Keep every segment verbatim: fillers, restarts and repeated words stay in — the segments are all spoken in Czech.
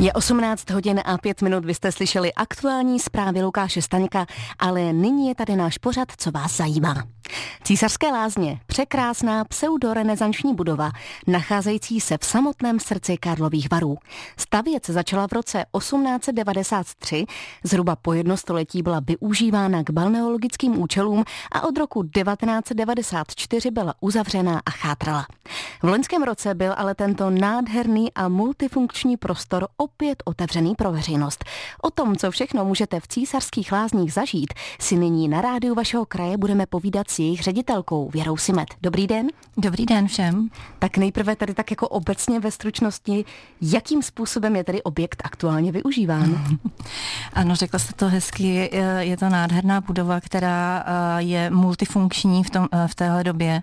Je osmnáct hodin a pět minut, vy jste slyšeli aktuální zprávy Lukáše Staňka, ale nyní je tady náš pořad, co vás zajímá. Císařské lázně, překrásná pseudorenesanční budova, nacházející se v samotném srdci Karlových Varů. Stavět začala v roce osmnáct devadesát tři, zhruba po jedno století byla využívána k balneologickým účelům a od roku devatenáct devadesát čtyři byla uzavřená a chátrala. V loňském roce byl ale tento nádherný a multifunkční prostor opět otevřený pro veřejnost. O tom, co všechno můžete v Císařských lázních zažít, si nyní na rádiu vašeho kraje budeme povídat s jejich ředitelkou Věrou Simet. Dobrý den. Dobrý den všem. Tak nejprve tady tak jako obecně ve stručnosti, jakým způsobem je tedy objekt aktuálně využíván? Ano, řekla jste to hezky, je to nádherná budova, která je multifunkční v, tom, v téhle době.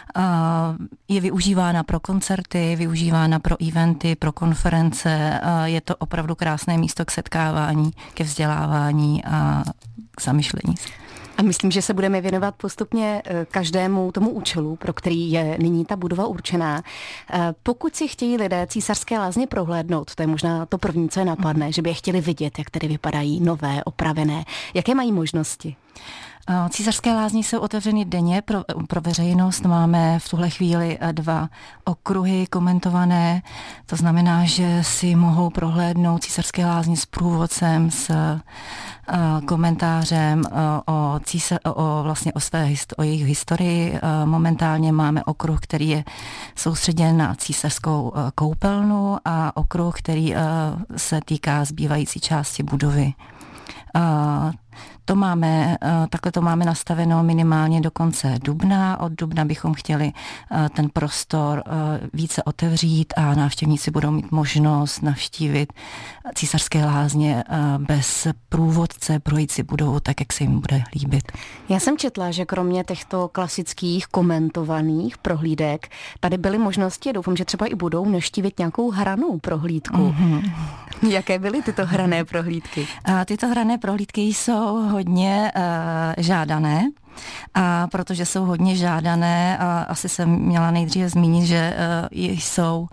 Je využívána pro koncerty, využívána pro eventy, pro konference. Je to opravdu krásné místo k setkávání, ke vzdělávání a k zamyšlení. A myslím, že se budeme věnovat postupně každému tomu účelu, pro který je nyní ta budova určená. Pokud si chtějí lidé Císařské lázně prohlédnout, to je možná to první, co je napadne, že by je chtěli vidět, jak tedy vypadají nové, opravené. Jaké mají možnosti? Císařské lázně jsou otevřeny denně pro, pro veřejnost. Máme v tuhle chvíli dva okruhy komentované. To znamená, že si mohou prohlédnout Císařské lázně s průvodcem, s uh, komentářem uh, o, císa, o, vlastně o, své, o jejich historii. Uh, momentálně máme okruh, který je soustředěn na císařskou uh, koupelnu a okruh, který uh, se týká zbývající části budovy. Uh, To máme, takhle to máme nastaveno minimálně do konce dubna. Od dubna bychom chtěli ten prostor více otevřít a návštěvníci budou mít možnost navštívit Císařské lázně bez průvodce, projít si budou tak, jak se jim bude líbit. Já jsem četla, že kromě těchto klasických komentovaných prohlídek tady byly možnosti, doufám, že třeba i budou navštívit nějakou hranou prohlídku. Mm-hmm. Jaké byly tyto hrané prohlídky? A tyto hrané prohlídky jsou hodně uh, žádané. A protože jsou hodně žádané, a asi jsem měla nejdříve zmínit, že uh, jsou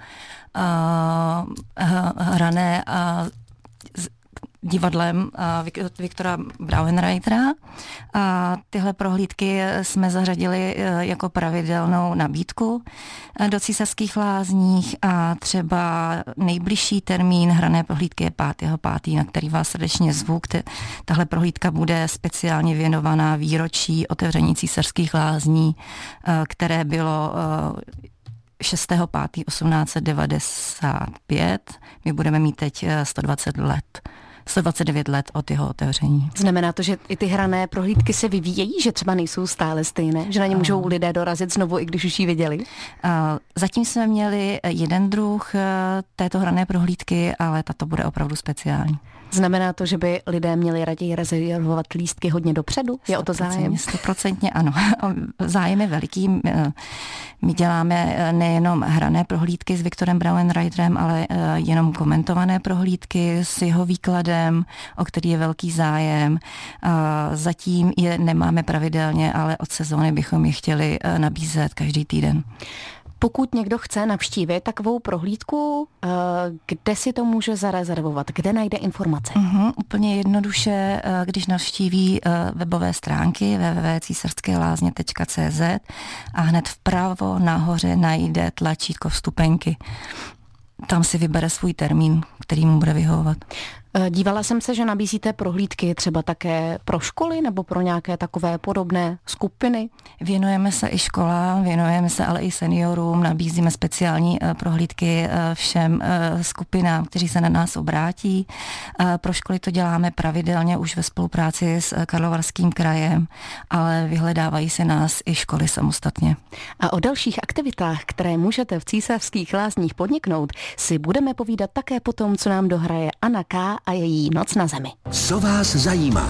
uh, hrané uh, divadlem Viktora Brauenreitera. A tyhle prohlídky jsme zařadili jako pravidelnou nabídku do Císařských lázních a třeba nejbližší termín hrané prohlídky je pátého pátého na který vás srdečně zvu. Tahle prohlídka bude speciálně věnovaná výročí otevření Císařských lázní, které bylo šestého pátého osmnáct devadesát pět. My budeme mít teď sto dvacet let. sto dvacet devět let od jeho otevření. Znamená to, že i ty hrané prohlídky se vyvíjejí, že třeba nejsou stále stejné, že na ně můžou lidé dorazit znovu, i když už ji viděli? Zatím jsme měli jeden druh této hrané prohlídky, ale tato bude opravdu speciální. Znamená to, že by lidé měli raději rezervovat lístky hodně dopředu? Je o to zájem? Stoprocentně ano. Zájem je veliký. My děláme nejenom hrané prohlídky s Viktorem Brauenreiterem, ale jenom komentované prohlídky s jeho výkladem, o který je velký zájem. Zatím je nemáme pravidelně, ale od sezóny bychom je chtěli nabízet každý týden. Pokud někdo chce navštívit takovou prohlídku, kde si to může zarezervovat? Kde najde informace? Uhum, úplně jednoduše, když navštíví webové stránky w w w tečka císařské lázně tečka c z a hned vpravo nahoře najde tlačítko vstupenky. Tam si vybere svůj termín, který mu bude vyhovovat. Dívala jsem se, že nabízíte prohlídky třeba také pro školy nebo pro nějaké takové podobné skupiny? Věnujeme se i školám, věnujeme se ale i seniorům, nabízíme speciální prohlídky všem skupinám, kteří se na nás obrátí. Pro školy to děláme pravidelně už ve spolupráci s Karlovarským krajem, ale vyhledávají se nás i školy samostatně. A o dalších aktivitách, které můžete v Císařských lázních podniknout, si budeme povídat také potom, co nám dohraje Anna K. a její Noc na zemi. Co vás zajímá?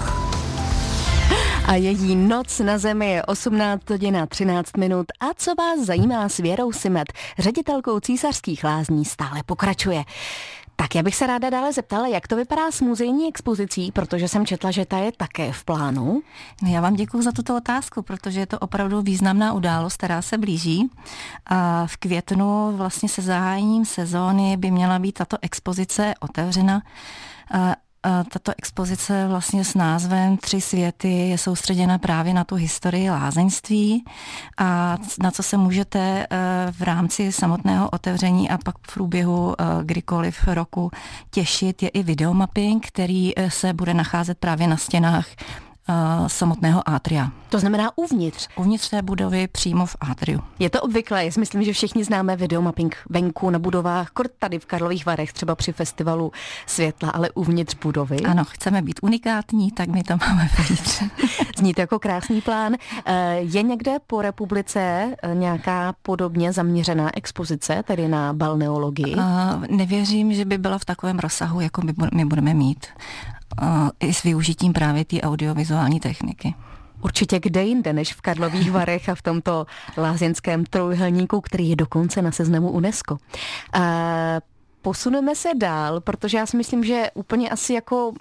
A její Noc na zemi je osmnáct hodin a třináct minut a co vás zajímá s Věrou Simet, ředitelkou Císařských lázní, stále pokračuje. Tak já bych se ráda dále zeptala, jak to vypadá s muzejní expozicí, protože jsem četla, že ta je také v plánu. No, já vám děkuji za tuto otázku, protože je to opravdu významná událost, která se blíží. A v květnu vlastně se zahájením sezóny by měla být tato expozice otevřena. A tato expozice vlastně s názvem Tři světy je soustředěna právě na tu historii lázeňství a na co se můžete v rámci samotného otevření a pak v průběhu kdykoliv roku těšit, je i videomapping, který se bude nacházet právě na stěnách samotného atria. To znamená uvnitř? Uvnitř té budovy přímo v atriu. Je to obvyklé, já si myslím, že všichni známe videomapping venku na budovách, kort tady v Karlových Varech, třeba při festivalu světla, ale uvnitř budovy. Ano, chceme být unikátní, tak my to máme vnitř. Zní to jako krásný plán. Je někde po republice nějaká podobně zaměřená expozice, tedy na balneologii? Uh, nevěřím, že by byla v takovém rozsahu, jako my budeme mít. Uh, i s využitím právě té audiovizuální techniky. Určitě kde jinde než v Karlových Varech a v tomto lázeňském trojúhelníku, který je dokonce na seznamu UNESCO. Uh, Posuneme se dál, protože já si myslím, že úplně asi jako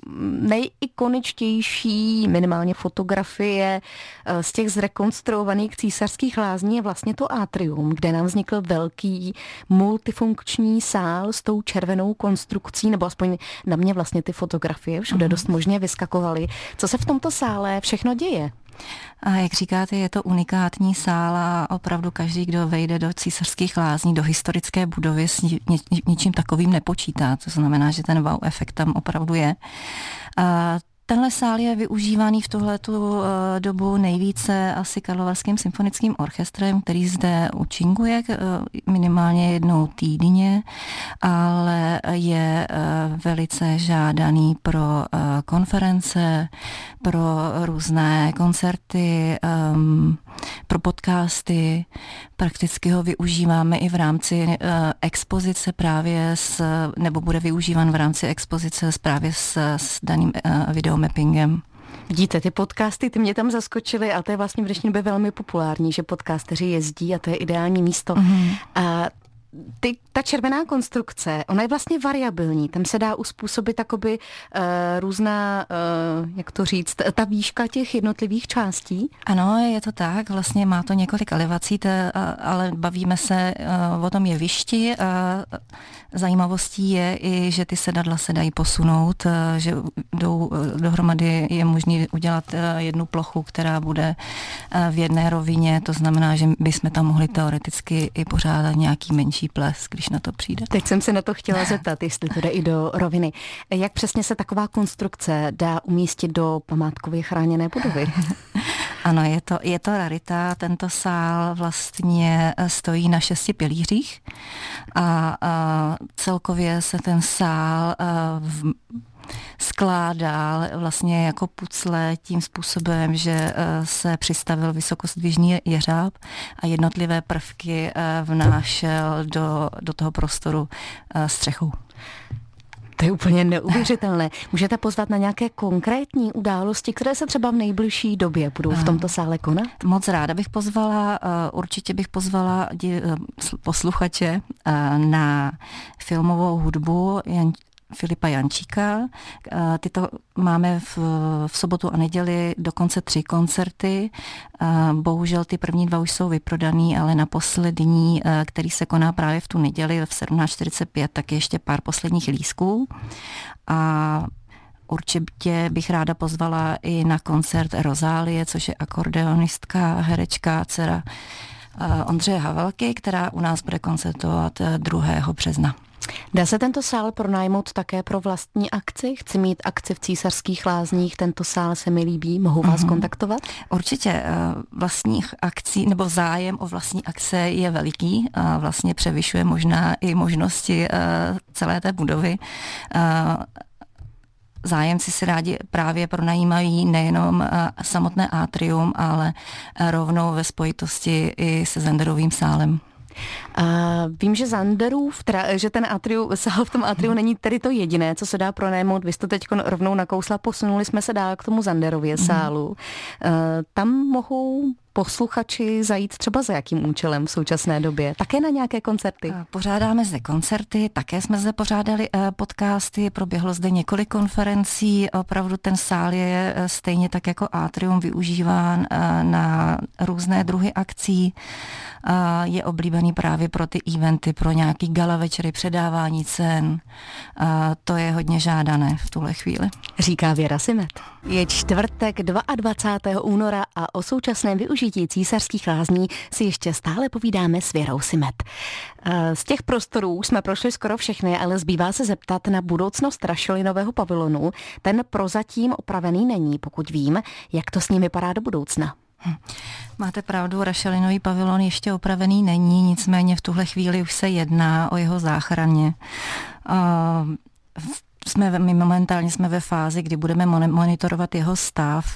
nejikoničtější minimálně fotografie z těch zrekonstruovaných císařských lázní je vlastně to atrium, kde nám vznikl velký multifunkční sál s tou červenou konstrukcí, nebo aspoň na mě vlastně ty fotografie všude dost možně vyskakovaly. Co se v tomto sále všechno děje? A jak říkáte, je to unikátní sál a opravdu každý, kdo vejde do císařských lázní, do historické budovy, s ni, ni, ničím takovým nepočítá. To znamená, že ten wow efekt tam opravdu je. A tenhle sál je využívaný v tuhletu uh, dobu nejvíce asi Karlovarským symfonickým orchestrem, který zde účinkuje uh, minimálně jednou týdně, ale je uh, velice žádaný pro uh, konference, pro různé koncerty, um, pro podcasty. Prakticky ho využíváme i v rámci uh, expozice právě s, nebo bude využíván v rámci expozice právě s, s daným uh, videomappingem. Vidíte, ty podcasty, ty mě tam zaskočily a to je vlastně v dnešní době velmi populární, že podcasteři jezdí a to je ideální místo. Mm-hmm. A Ty, ta červená konstrukce, ona je vlastně variabilní, tam se dá uspůsobit takoby uh, různá, uh, jak to říct, ta výška těch jednotlivých částí. Ano, je to tak, vlastně má to několik elevací, te, ale bavíme se uh, o tom jevišti. Uh, zajímavostí je i, že ty sedadla se dají posunout, uh, že jdou uh, dohromady, je možné udělat uh, jednu plochu, která bude uh, v jedné rovině, to znamená, že bychom tam mohli teoreticky i pořádat nějaký menší ples, když na to přijde. Teď jsem se na to chtěla zeptat, jestli to jde i do roviny. Jak přesně se taková konstrukce dá umístit do památkově chráněné budovy? Ano, je to, je to rarita. Tento sál vlastně stojí na šesti pilířích a, a celkově se ten sál v, skládal vlastně jako pucle tím způsobem, že se přistavil vysokozdvižný jeřáb a jednotlivé prvky vnášel do, do toho prostoru střechou. To je úplně neuvěřitelné. Můžete pozvat na nějaké konkrétní události, které se třeba v nejbližší době budou v tomto sále konat? Moc ráda bych pozvala, určitě bych pozvala posluchače na filmovou hudbu Jan Filipa Jančíka. Tyto máme v, v sobotu a neděli dokonce tři koncerty. Bohužel ty první dva už jsou vyprodaný, ale na poslední, který se koná právě v tu neděli v sedmnáct čtyřicet pět, tak ještě pár posledních lístků. A určitě bych ráda pozvala i na koncert Rozálie, což je akordeonistka, herečka, dcera Ondřeje Havelky, která u nás bude koncertovat druhého března. Dá se tento sál pronajmout také pro vlastní akci? Chci mít akci v Císařských lázních, tento sál se mi líbí, mohu vás mm-hmm. kontaktovat? Určitě. Vlastních akcí nebo zájem o vlastní akce je veliký a vlastně převyšuje možná i možnosti celé té budovy. Zájemci si rádi právě pronajímají nejenom samotné atrium, ale rovnou ve spojitosti i se Zenderovým sálem. A vím, že Zanderův, teda, že ten atriu, sál v tom atriu není tedy to jediné, co se dá pronajmout. Vy jste teď rovnou nakousla, posunuli jsme se dál k tomu Zanderově sálu. Mm. Tam mohou posluchači zajít třeba za jakým účelem v současné době? Také na nějaké koncerty? Pořádáme zde koncerty, také jsme zde pořádali podcasty, proběhlo zde několik konferencí, opravdu ten sál je stejně tak jako Atrium využíván na různé druhy akcí, je oblíbený právě pro ty eventy, pro nějaký gala večery, předávání cen, to je hodně žádané v tuhle chvíli. Říká Věra Simet. Je čtvrtek dvacátého druhého února a o současném využití Císařských lázní si ještě stále povídáme s Věrou Simet. Z těch prostorů už jsme prošli skoro všechny, ale zbývá se zeptat na budoucnost rašelinového pavilonu. Ten prozatím opravený není, pokud vím, jak to s ním vypadá do budoucna. Hm. Máte pravdu, rašelinový pavilon ještě opravený není, nicméně v tuhle chvíli už se jedná o jeho záchraně. Uh, Jsme, my momentálně jsme ve fázi, kdy budeme monitorovat jeho stav.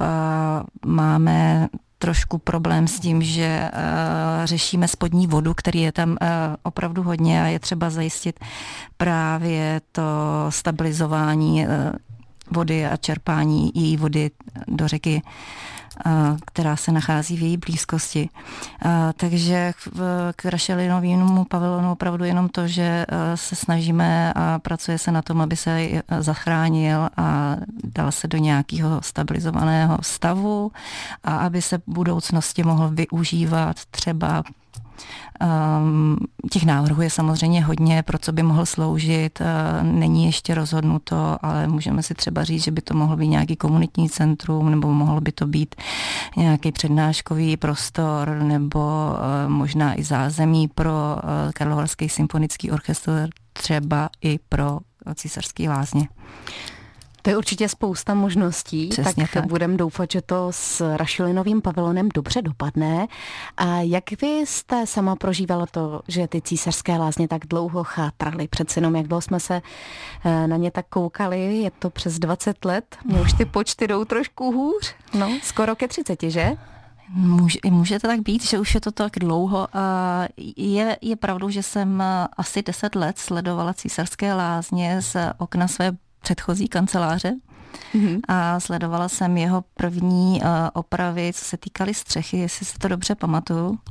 Máme trošku problém s tím, že uh, řešíme spodní vodu, který je tam uh, opravdu hodně a je třeba zajistit právě to stabilizování uh, vody a čerpání její vody do řeky, která se nachází v její blízkosti. Takže k rašelinovému pavilonu opravdu jenom to, že se snažíme a pracuje se na tom, aby se zachránil a dal se do nějakého stabilizovaného stavu a aby se v budoucnosti mohl využívat třeba Um, těch návrhů je samozřejmě hodně, pro co by mohl sloužit, uh, není ještě rozhodnuto, ale můžeme si třeba říct, že by to mohl být nějaký komunitní centrum, nebo mohl by to být nějaký přednáškový prostor, nebo uh, možná i zázemí pro uh, Karlovarský symfonický orchestr, třeba i pro Císařské lázně. To je určitě spousta možností, Přesně tak, tak budeme doufat, že to s rašelinovým pavilonem dobře dopadne. A jak vy jste sama prožívala to, že ty Císařské lázně tak dlouho chátraly? Přece jenom jak dlouho jsme se na ně tak koukali, je to přes dvacet let, mě už ty počty jdou trošku hůř, no, skoro ke třiceti, že? Může, může to tak být, že už je to tak dlouho. Je, je pravdou, že jsem asi deset let sledovala Císařské lázně z okna své předchozí kanceláře mm-hmm. a sledovala jsem jeho první uh, opravy, co se týkaly střechy, jestli si to dobře pamatuju. Uh,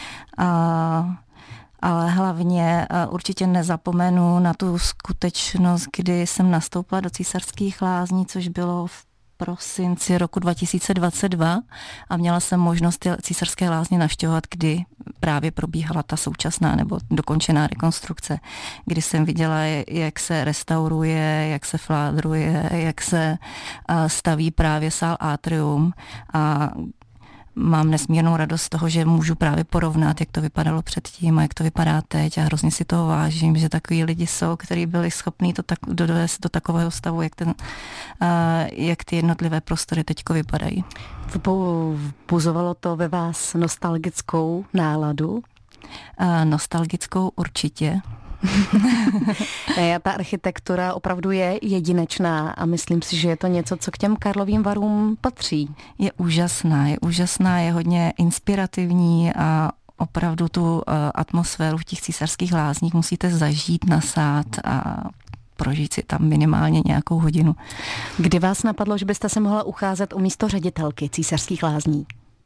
ale hlavně uh, určitě nezapomenu na tu skutečnost, kdy jsem nastoupila do Císařských lázní, což bylo v prosinci roku dva tisíce dvacet dva a měla jsem možnost ty Císařské lázně navštěvovat, kdy právě probíhala ta současná nebo dokončená rekonstrukce, kdy jsem viděla, jak se restauruje, jak se fládruje, jak se staví právě sál Atrium a mám nesmírnou radost z toho, že můžu právě porovnat, jak to vypadalo předtím a jak to vypadá teď a hrozně si toho vážím, že takový lidi jsou, kteří byli schopní to tak, dovést do takového stavu, jak, ten, uh, jak ty jednotlivé prostory teďko vypadají. Vzbuzovalo to ve vás nostalgickou náladu? Uh, nostalgickou určitě. Ne, ta architektura opravdu je jedinečná a myslím si, že je to něco, co k těm Karlovým varům patří. Je úžasná, je úžasná, je hodně inspirativní a opravdu tu uh, atmosféru v těch Císařských lázních musíte zažít, nasát a prožít si tam minimálně nějakou hodinu. Kdy vás napadlo, že byste se mohla ucházet o místo ředitelky Císařských lázní?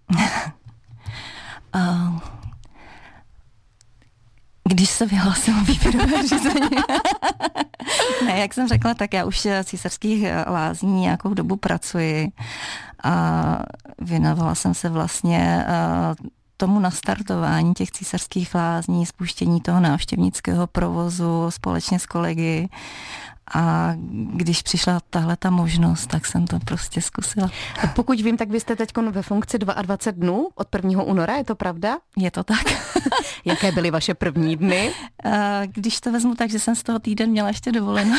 uh, Když se vyhlásilo výběrové řízení. Ne, jak jsem řekla, tak já už v Císařských lázní nějakou dobu pracuji a věnovala jsem se vlastně tomu nastartování těch Císařských lázní, spuštění toho návštěvnického provozu společně s kolegy. A když přišla tahle ta možnost, tak jsem to prostě zkusila. A pokud vím, tak vy jste teď ve funkci dvacet dva dnů od prvního února, je to pravda? Je to tak. Jaké byly vaše první dny? Když to vezmu tak, že jsem z toho týden měla ještě dovolenou.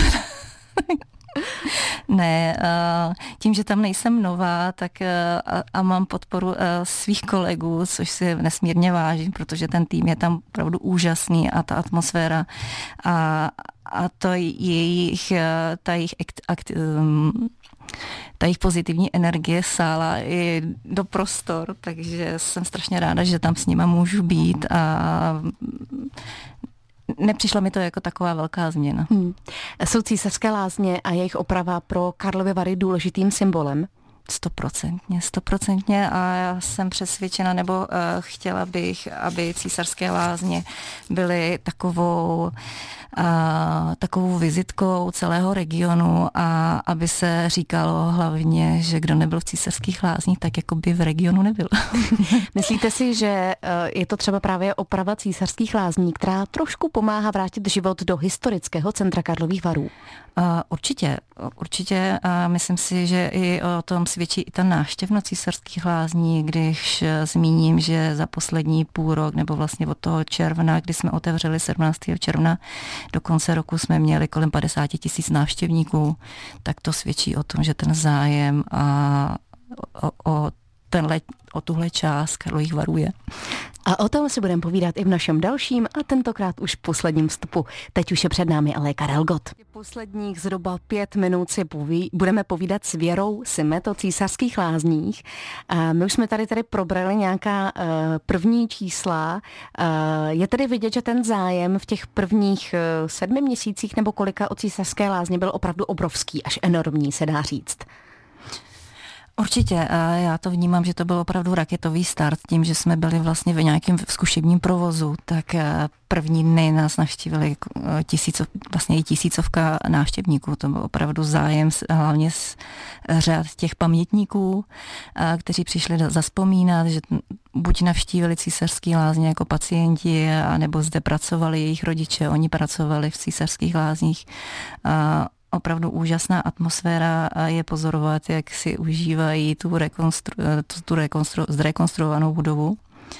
Ne, tím, že tam nejsem nová, tak a mám podporu svých kolegů, což si nesmírně vážím, protože ten tým je tam opravdu úžasný a ta atmosféra a, a to jejich, ta jejich akt, akt, ta jejich pozitivní energie sála i do prostor, takže jsem strašně ráda, že tam s nima můžu být a nepřišla mi to jako taková velká změna. Hmm. Jsou Císařské lázně a jejich oprava pro Karlovy Vary důležitým symbolem? Stoprocentně, stoprocentně a já jsem přesvědčena, nebo uh, chtěla bych, aby Císařské lázně byly takovou uh, takovou vizitkou celého regionu a aby se říkalo hlavně, že kdo nebyl v Císařských lázních, tak jako by v regionu nebyl. Myslíte si, že uh, je to třeba právě oprava Císařských lázní, která trošku pomáhá vrátit život do historického centra Karlových Varů? Uh, určitě, určitě a myslím si, že i o tom svědčí i ta návštěvnost Císařských lázní, když zmíním, že za poslední půl rok nebo vlastně od toho června, kdy jsme otevřeli sedmnáctého června, do konce roku jsme měli kolem padesát tisíc návštěvníků, tak to svědčí o tom, že ten zájem a o, o, tenhle, o tuhle část Karlových Varů je. A o tom si budeme povídat i v našem dalším a tentokrát už posledním vstupu. Teď už je před námi ale Karel Gott. Posledních zhruba pět minut si poví, budeme povídat s Věrou Simet o Císařských lázních. A my už jsme tady tady probrali nějaká uh, první čísla. Uh, je tedy vidět, že ten zájem v těch prvních uh, sedmi měsících nebo kolika o Císařské lázně byl opravdu obrovský, až enormní, se dá říct. Určitě, a já to vnímám, že to byl opravdu raketový start tím, že jsme byli vlastně v nějakém zkušebním provozu, tak první dny nás navštívili tisícov, vlastně i tisícovka návštěvníků. To byl opravdu zájem hlavně z řad těch pamětníků, kteří přišli zazpomínat, že buď navštívili Císařské lázně jako pacienti, anebo zde pracovali jejich rodiče, oni pracovali v Císařských lázních. Opravdu úžasná atmosféra a je pozorovat, jak si užívají tu, rekonstru, tu, tu rekonstru, zrekonstruovanou budovu.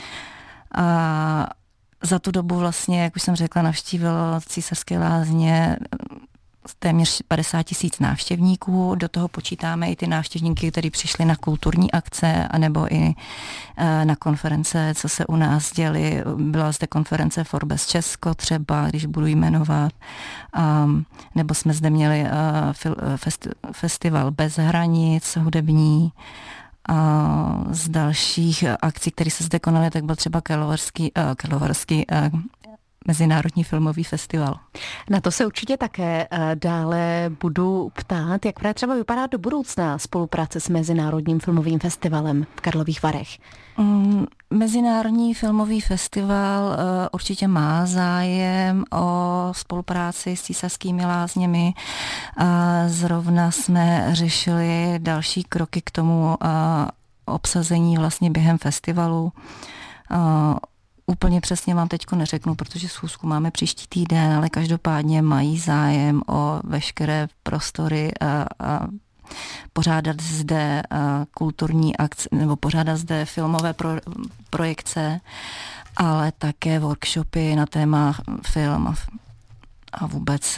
A za tu dobu vlastně, jak už jsem řekla, navštívilo Císařské lázně téměř padesát tisíc návštěvníků. Do toho počítáme i ty návštěvníky, kteří přišli na kulturní akce anebo i na konference, co se u nás děly. Byla zde konference Forbes Česko třeba, když budu jmenovat. Um, nebo jsme zde měli uh, festi- festival Bez hranic, hudební. A z dalších akcí, které se zde konaly, tak byl třeba Karlovarský, uh, Karlovarský uh, Mezinárodní filmový festival. Na to se určitě také dále budu ptát, jak právě třeba vypadá do budoucna spolupráce s Mezinárodním filmovým festivalem v Karlových Varech. Mm, Mezinárodní filmový festival uh, určitě má zájem o spolupráci s Císařskými lázněmi. Uh, zrovna jsme řešili další kroky k tomu uh, obsazení vlastně během festivalu. Uh, Úplně přesně vám teďko neřeknu, protože schůzku máme příští týden, ale každopádně mají zájem o veškeré prostory a, a pořádat zde kulturní akce, nebo pořádat zde filmové pro, projekce, ale také workshopy na téma film a, a vůbec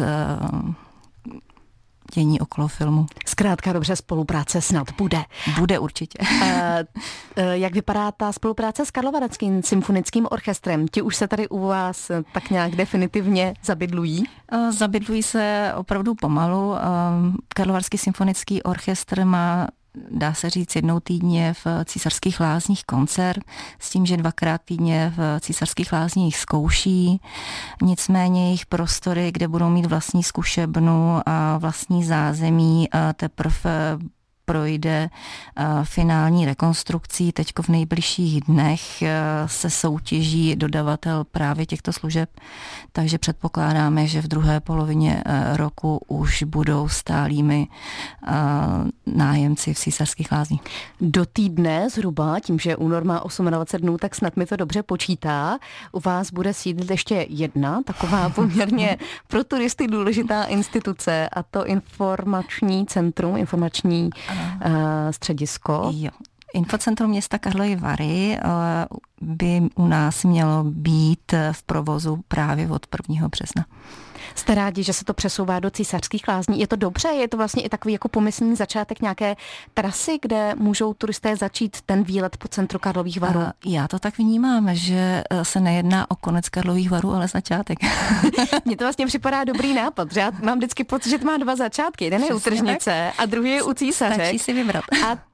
dění okolo filmu. Zkrátka dobře, spolupráce snad bude. Bude určitě. Jak vypadá ta spolupráce s Karlovarským symfonickým orchestrem? Ti už se tady u vás tak nějak definitivně zabydlují? Zabydlují se opravdu pomalu. Karlovarský symfonický orchestr má, dá se říct, jednou týdně v Císařských lázních koncert, s tím, že dvakrát týdně v Císařských lázních zkouší. Nicméně jejich prostory, kde budou mít vlastní zkušebnu a vlastní zázemí, teprve projde finální rekonstrukcí. Teďko v nejbližších dnech se soutěží dodavatel právě těchto služeb, takže předpokládáme, že v druhé polovině roku už budou stálými nájemci v Císařských lázních. Do týdne zhruba, tím, že únor má dvacet osm dnů, tak snad mi to dobře počítá. U vás bude sídlit ještě jedna taková poměrně pro turisty důležitá instituce, a to informační centrum, informační uh, středisko. Jo. Infocentrum města Karlovy Vary by u nás mělo být v provozu právě od prvního března. Jste rádi, že se to přesouvá do Císařských lázní? Je to dobře? Je to vlastně i takový jako pomyslný začátek nějaké trasy, kde můžou turisté začít ten výlet po centru Karlových Varů? A já to tak vnímám, že se nejedná o konec Karlových Varů, ale začátek. Mně to vlastně připadá dobrý nápad, že já mám vždycky pocit, že to má dva začátky. Jeden je u Tržnice a druhý je u Císařek. Stačí si vybrat. A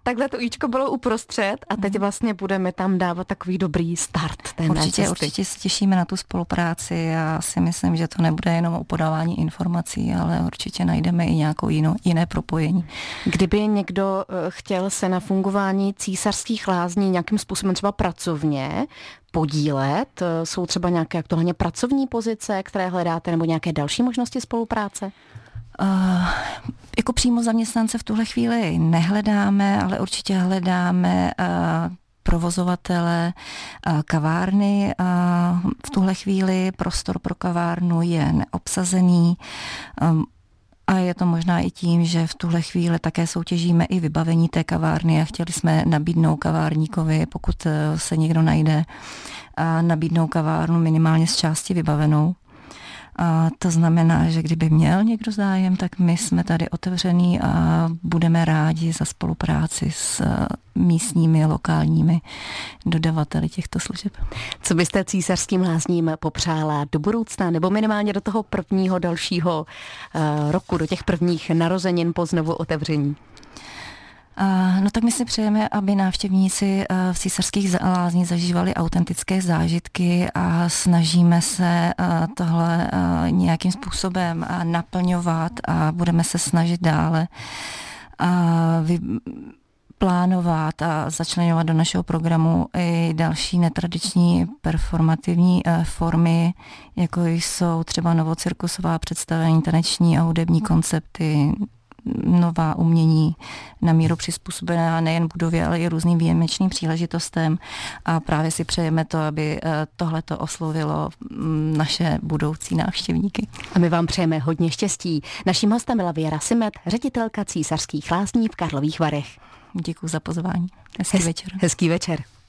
takhle to Ičko bylo uprostřed a teď vlastně budeme tam dávat takový dobrý start té Určitě, cesty. určitě se těšíme na tu spolupráci. Já si myslím, že to nebude jenom o podávání informací, ale určitě najdeme i nějakou jinou, jiné propojení. Kdyby někdo chtěl se na fungování Císařských lázní nějakým způsobem třeba pracovně podílet, jsou třeba nějaké aktuálně pracovní pozice, které hledáte, nebo nějaké další možnosti spolupráce? Uh, jako přímo zaměstnance v tuhle chvíli nehledáme, ale určitě hledáme uh, provozovatele uh, kavárny. Uh, v tuhle chvíli prostor pro kavárnu je neobsazený. Um, A je to možná i tím, že v tuhle chvíli také soutěžíme i vybavení té kavárny a chtěli jsme nabídnout kavárníkovi, pokud se někdo najde, a nabídnout kavárnu minimálně z části vybavenou. A to znamená, že kdyby měl někdo zájem, tak my jsme tady otevření a budeme rádi za spolupráci s místními, lokálními dodavateli těchto služeb. Co byste Císařským lázním popřála do budoucna, nebo minimálně do toho prvního dalšího uh, roku, do těch prvních narozenin po znovu otevření? No tak my si přejeme, aby návštěvníci v Císařských lázních zažívali autentické zážitky a snažíme se tohle nějakým způsobem naplňovat a budeme se snažit dále plánovat a začleňovat do našeho programu i další netradiční performativní formy, jako jsou třeba novocirkusová představení, taneční a hudební koncepty, nová umění na míru přizpůsobená nejen budově, ale i různým výjimečným příležitostem a právě si přejeme to, aby tohleto oslovilo naše budoucí návštěvníky. A my vám přejeme hodně štěstí. Naším hostem byla Věra Simet, ředitelka Císařských lázní v Karlových Varech. Děkuji za pozvání. Hezký Hez, večer. Hezký večer.